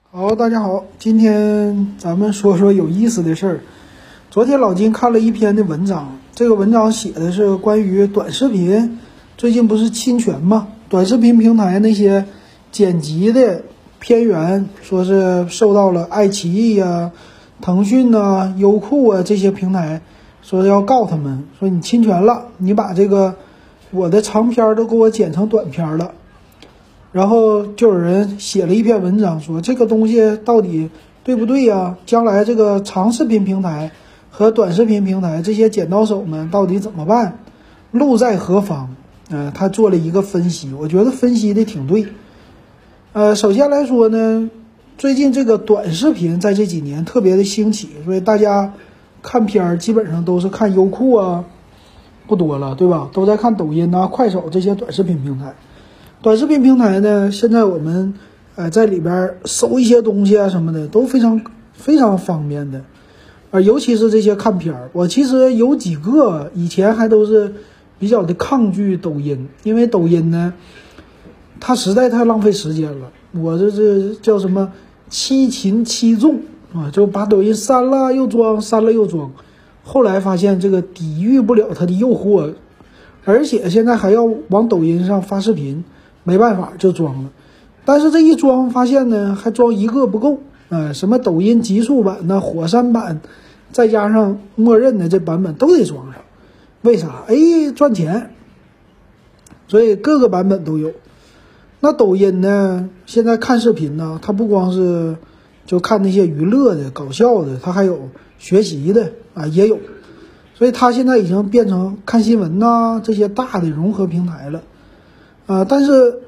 好，大家好，今天咱们说说有意思的事儿。昨天老金看了一篇的文章，这个文章写的是关于短视频，最近不是侵权吗？短视频平台那些剪辑的片源，说是受到了爱奇艺呀、腾讯呐、优酷啊这些平台，说是要告他们，说你侵权了，你把这个我的长片都给我剪成短片了。然后就有人写了一篇文章说这个东西到底对不对呀？将来这个长视频平台和短视频平台这些剪刀手们到底怎么办？路在何方？他做了一个分析，我觉得分析的挺对。首先来说呢，最近这个短视频在这几年特别的兴起，所以大家看片儿基本上都是看优酷啊，不多了，对吧？都在看抖音啊、快手这些短视频平台。短视频平台呢，现在我们在里边搜一些东西啊什么的都非常非常方便的，尤其是这些看片儿，我其实有几个以前还都是比较的抗拒抖音，因为抖音呢，它实在太浪费时间了。我这叫什么七擒七纵啊，就把抖音删了又装，删了又装，后来发现这个抵御不了它的诱惑，而且现在还要往抖音上发视频。没办法就装了，但是这一装发现呢，还装一个不够，什么抖音极速版呢、火山版，再加上默认的这版本都得装上，为啥？赚钱，所以各个版本都有。那抖音呢，现在看视频呢，它不光是就看那些娱乐的、搞笑的，它还有学习的也有，所以它现在已经变成看新闻呐这些大的融合平台了。但是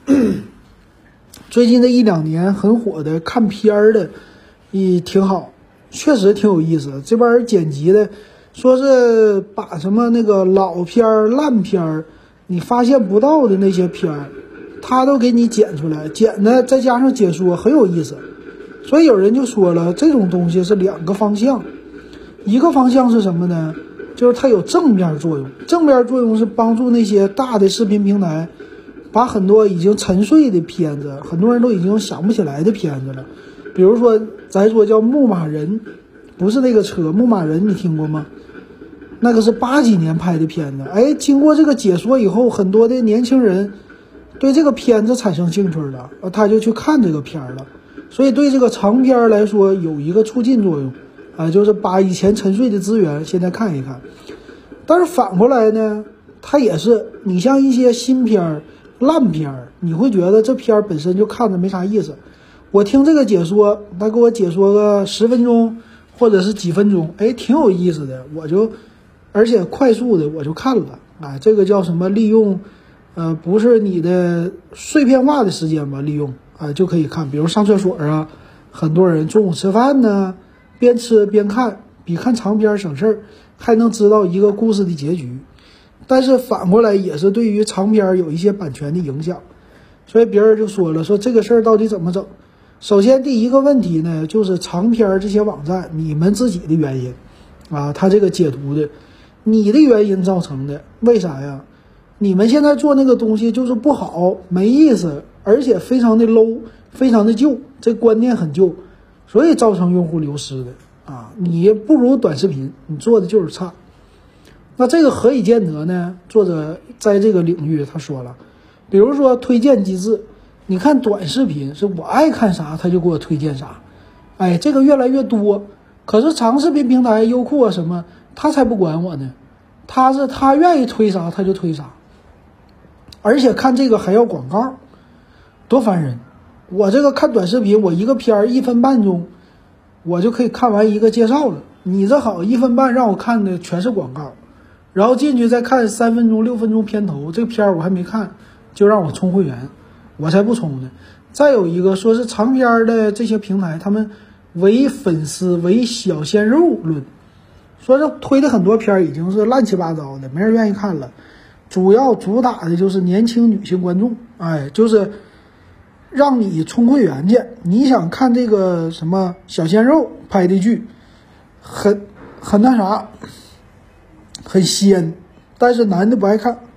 最近这一两年很火的看片儿的也挺好，确实挺有意思。这边剪辑的说是把什么那个老片儿、烂片儿，你发现不到的那些片儿，他都给你剪出来，剪的再加上解说，很有意思。所以有人就说了，这种东西是两个方向，一个方向是什么呢？就是它有正面作用，正面作用是帮助那些大的视频平台把很多已经沉睡的片子，很多人都已经想不起来的片子了，比如说咱说叫牧马人，不是那个车，牧马人你听过吗？那个是80几年拍的片子，经过这个解说以后，很多的年轻人对这个片子产生兴趣了，他就去看这个片了，所以对这个长片来说有一个促进作用，就是把以前沉睡的资源现在看一看。但是反过来呢，它也是你像一些新片烂片，你会觉得这片本身就看着没啥意思。我听这个解说，他给我解说个10分钟或者是几分钟，挺有意思的，而且快速的我就看了。这个叫什么利用，不是你的碎片化的时间吧，利用就可以看，比如上厕所啊，很多人中午吃饭呢，边吃边看，比看长片省事儿，还能知道一个故事的结局。但是反过来也是对于长片有一些版权的影响，所以别人就说了，说这个事儿到底怎么整？首先第一个问题呢，就是长片这些网站你们自己的原因他这个解读的你的原因造成的，为啥呀？你们现在做那个东西就是不好，没意思，而且非常的 low， 非常的旧，这观念很旧，所以造成用户流失的你不如短视频，你做的就是差。那这个何以见得呢？作者在这个领域他说了，比如说推荐机制，你看短视频是我爱看啥他就给我推荐啥，这个越来越多。可是长视频平台优酷什么他才不管我呢，他愿意推啥他就推啥，而且看这个还要广告，多烦人。我这个看短视频，我一个片1分半钟我就可以看完一个介绍了，你这好1分半让我看的全是广告，然后进去再看3分钟6分钟片头，这个片我还没看就让我充会员，我才不充呢。再有一个说是长片的这些平台，他们唯粉丝唯小鲜肉论，说这推的很多片已经是乱七八糟的，没人愿意看了，主要主打的就是年轻女性观众，就是让你充会员去，你想看这个什么小鲜肉拍的剧很那啥，很鲜，但是男的不爱看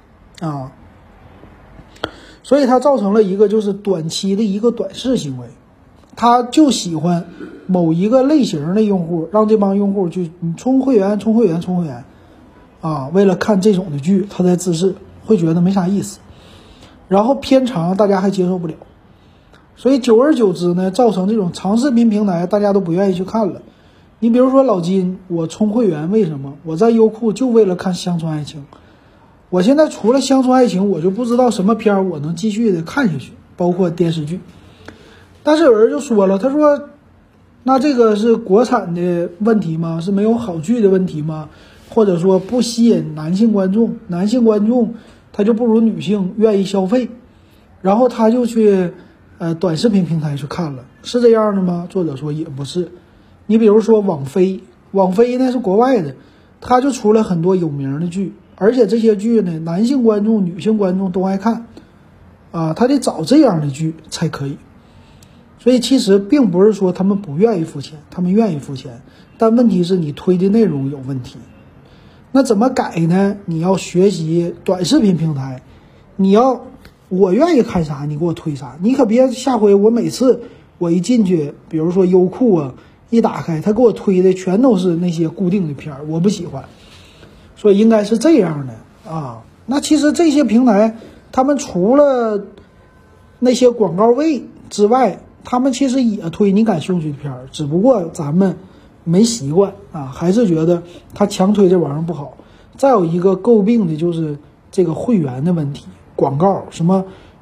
所以它造成了一个就是短期的一个短视行为， 他就喜欢某一个类型的用户，让这帮用户去你充会员，啊，为了看这种的剧，他在自制，会觉得没啥意思，然后偏长大家还接受不了，所以久而久之呢，造成这种长视频平台大家都不愿意去看了。你比如说老金，我充会员为什么？我在优酷就为了看乡村爱情，我现在除了乡村爱情，我就不知道什么片儿我能继续的看下去，包括电视剧。但是有人就说了，他说那这个是国产的问题吗？是没有好剧的问题吗？或者说不吸引男性观众，男性观众他就不如女性愿意消费，然后他就去短视频平台去看了，是这样的吗？作者说也不是。你比如说网飞呢是国外的，他就出了很多有名的剧，而且这些剧呢男性观众女性观众都爱看啊，他得找这样的剧才可以。所以其实并不是说他们不愿意付钱，他们愿意付钱，但问题是你推的内容有问题。那怎么改呢？你要学习短视频平台，我愿意看啥你给我推啥，你可别下回我每次我一进去，比如说优酷啊，一打开他给我推的全都是那些固定的片儿，我不喜欢。所以应该是这样的啊。那其实这些平台他们除了那些广告位之外，他们其实也推你感兴趣的片儿，只不过咱们没习惯啊，还是觉得他强推这玩意儿不好。再有一个诟病的就是这个会员的问题，广告什么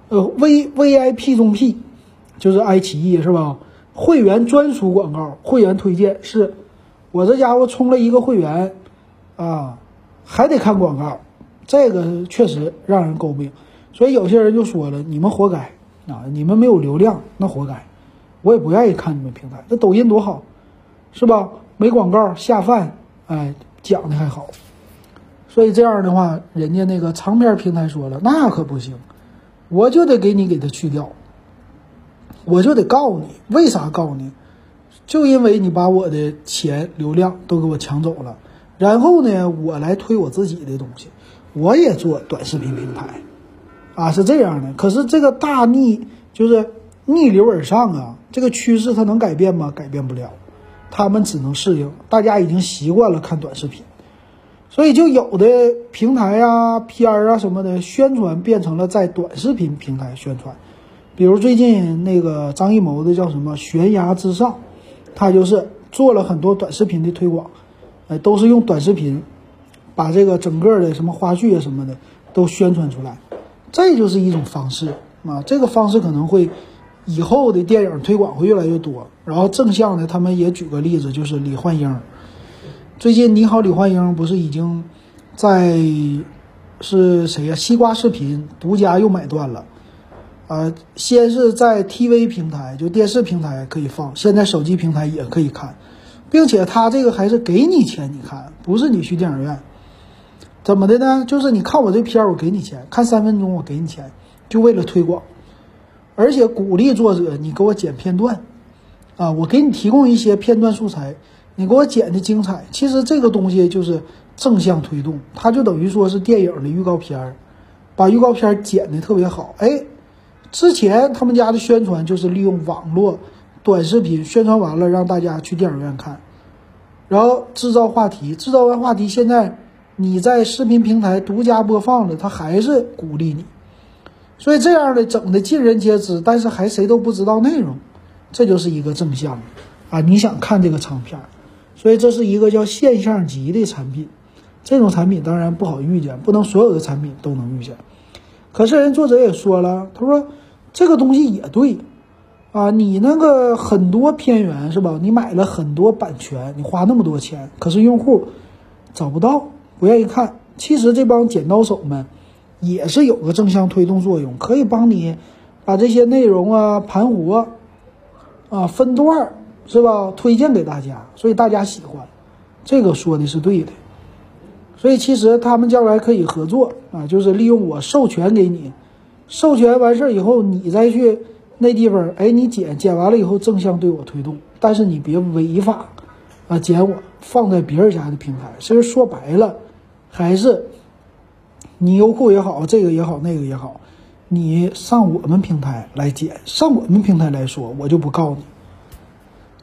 VIP 中 P， 就是爱奇艺是吧？会员专属广告，会员推荐，是我这家伙充了一个会员啊，还得看广告，这个确实让人诟病。所以有些人就说了，你们活该啊，你们没有流量那活该，我也不愿意看你们平台。这抖音多好是吧？没广告下饭，哎，讲的还好。所以这样的话，人家那个长片平台说了，那可不行，我就得给它去掉，我就得告你。为啥告你？就因为你把我的钱流量都给我抢走了，然后呢，我来推我自己的东西，我也做短视频平台啊，是这样的。可是这个就是逆流而上啊，这个趋势它能改变吗？改变不了，他们只能适应。大家已经习惯了看短视频，所以就有的平台啊、PR 啊什么的宣传变成了在短视频平台宣传。比如最近那个张艺谋的叫什么悬崖之上，他就是做了很多短视频的推广，都是用短视频把这个整个的什么花絮啊什么的都宣传出来，这就是一种方式啊。这个方式可能会以后的电影推广会越来越多。然后正向的他们也举个例子，就是李焕英，最近你好李焕英不是已经在是谁呀？西瓜视频独家又买断了。先是在 TV 平台，就电视平台可以放，现在手机平台也可以看，并且它这个还是给你钱你看，不是你去电影院。怎么的呢？就是你看我这片儿，我给你钱，看3分钟我给你钱，就为了推广，而且鼓励作者你给我剪片段啊，我给你提供一些片段素材，你给我剪的精彩。其实这个东西就是正向推动，它就等于说是电影的预告片，把预告片剪的特别好。之前他们家的宣传就是利用网络短视频宣传完了让大家去电影院看，然后制造话题，制造完话题，现在你在视频平台独家播放了，他还是鼓励你。所以这样的整的尽人皆知，但是还谁都不知道内容，这就是一个正向啊！你想看这个长片，所以这是一个叫现象级的产品。这种产品当然不好预见，不能所有的产品都能预见。可是人作者也说了，他说这个东西也对啊，你那个很多片源是吧？你买了很多版权，你花那么多钱，可是用户找不到，不愿意看。其实这帮剪刀手们也是有个正向推动作用，可以帮你把这些内容啊盘活啊分段是吧？推荐给大家，所以大家喜欢。这个说的是对的。所以其实他们将来可以合作啊，就是利用我授权给你，授权完事以后，你再去那地方，你剪完了以后正向对我推动，但是你别违法啊，剪我放在别人家的平台。其实说白了，还是你优酷也好，这个也好，那个也好，你上我们平台来剪，上我们平台来说，我就不告你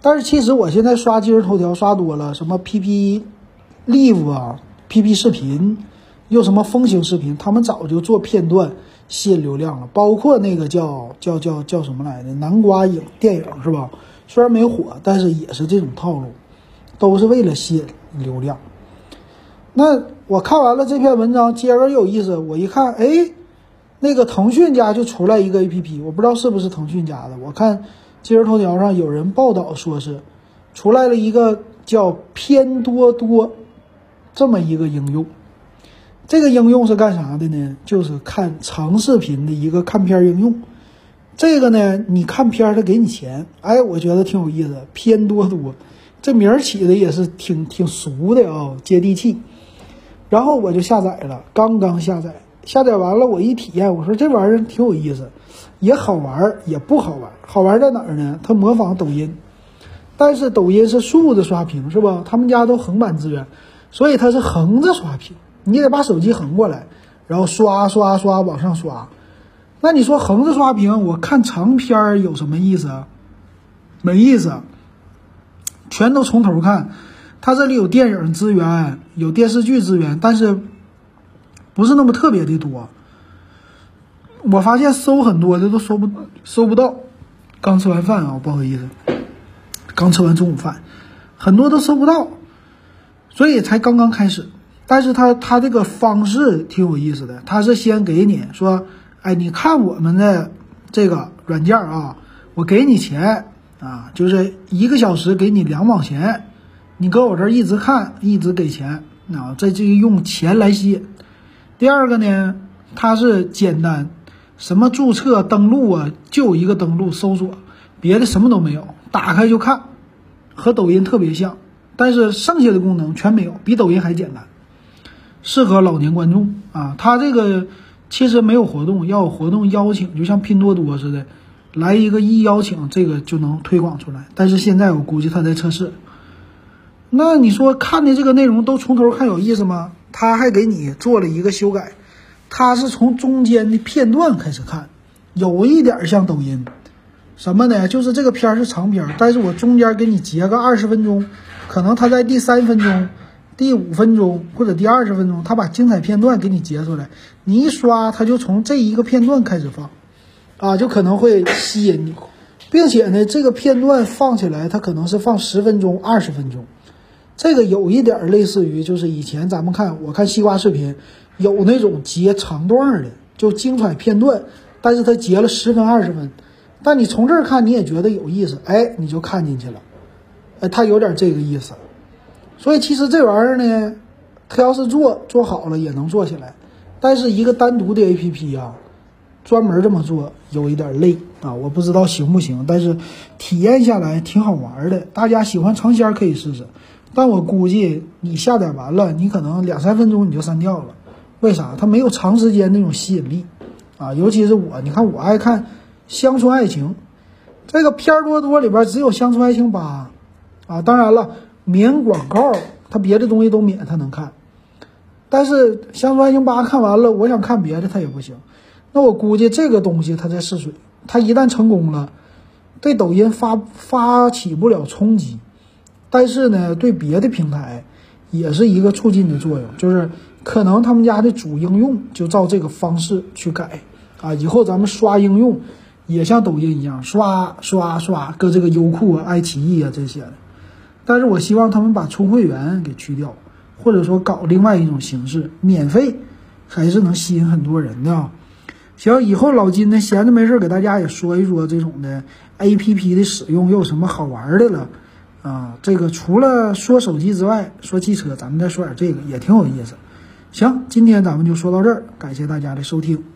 但是其实我现在刷今日头条刷多了，什么 PP Live 啊、PP 视频，又什么风行视频，他们早就做片段吸引流量了。包括那个叫什么来着，南瓜电影是吧？虽然没火，但是也是这种套路，都是为了吸引流量。那我看完了这篇文章，接着又有意思，我一看，哎，那个腾讯家就出来一个 APP， 我不知道是不是腾讯家的。我看今日头条上有人报道说是出来了一个叫偏多多这么一个应用。这个应用是干啥的呢？就是看长视频的一个看片应用。这个呢，你看片他给你钱，哎，我觉得挺有意思的。偏多多，这名儿起的也是挺俗的啊，接地气。然后我就下载了，刚刚下载完了，我一体验，我说这玩意儿挺有意思，也好玩也不好玩。好玩在哪儿呢？它模仿抖音，但是抖音是竖着刷屏是吧？他们家都横版资源，所以它是横着刷屏，你得把手机横过来，然后刷往上刷。那你说横着刷屏，我看长片有什么意思啊？没意思，全都从头看。它这里有电影资源，有电视剧资源，但是不是那么特别的多。我发现搜很多的都搜不到。刚吃完饭啊，不好意思，刚吃完中午饭，很多都搜不到，所以才刚刚开始。但是它这个方式挺有意思的，它是先给你说，哎，你看我们的这个软件啊，我给你钱啊，就是1个小时给你2毛钱。你搁我这儿一直看，一直给钱啊，这就用钱来吸引。第二个呢，它是简单，什么注册登录啊，就有一个登录搜索，别的什么都没有，打开就看，和抖音特别像，但是剩下的功能全没有，比抖音还简单，适合老年观众啊。它这个其实没有活动，要有活动邀请，就像拼多多似的，来一个邀请，这个就能推广出来。但是现在我估计它在测试。那你说看的这个内容都从头看有意思吗？他还给你做了一个修改，他是从中间的片段开始看，有一点像抖音。什么呢？就是这个片是长片，但是我中间给你截个20分钟，可能他在第3分钟、第5分钟或者第20分钟，他把精彩片段给你截出来，你一刷他就从这一个片段开始放啊，就可能会吸引你，并且呢这个片段放起来它可能是放10分钟、20分钟。这个有一点类似于就是以前咱们我看西瓜视频有那种截长段的，就精彩片段，但是它截了10分20分，但你从这儿看你也觉得有意思，哎，你就看进去了，哎，它有点这个意思。所以其实这玩意儿呢，它要是做好了也能做起来，但是一个单独的 APP 啊，专门这么做有一点累啊，我不知道行不行，但是体验下来挺好玩的，大家喜欢尝鲜可以试试。但我估计你下载完了，你可能2-3分钟你就删掉了，为啥？它没有长时间那种吸引力啊！尤其是你看我爱看乡村爱情，这个片多多里边只有乡村爱情8啊，当然了，免广告，它别的东西都免，它能看。但是乡村爱情8看完了，我想看别的它也不行。那我估计这个东西它在试水，它一旦成功了，对抖音发起不了冲击。但是呢，对别的平台也是一个促进的作用，就是可能他们家的主应用就照这个方式去改啊。以后咱们刷应用也像抖音一样刷，搁这个优酷啊、爱奇艺啊这些的。但是我希望他们把充会员给去掉，或者说搞另外一种形式，免费还是能吸引很多人的啊。行，以后老金呢闲着没事给大家也说一说这种的 APP 的使用又有什么好玩的了。啊，这个除了说手机之外，说汽车，咱们再说点这个也挺有意思。行，今天咱们就说到这儿，感谢大家的收听。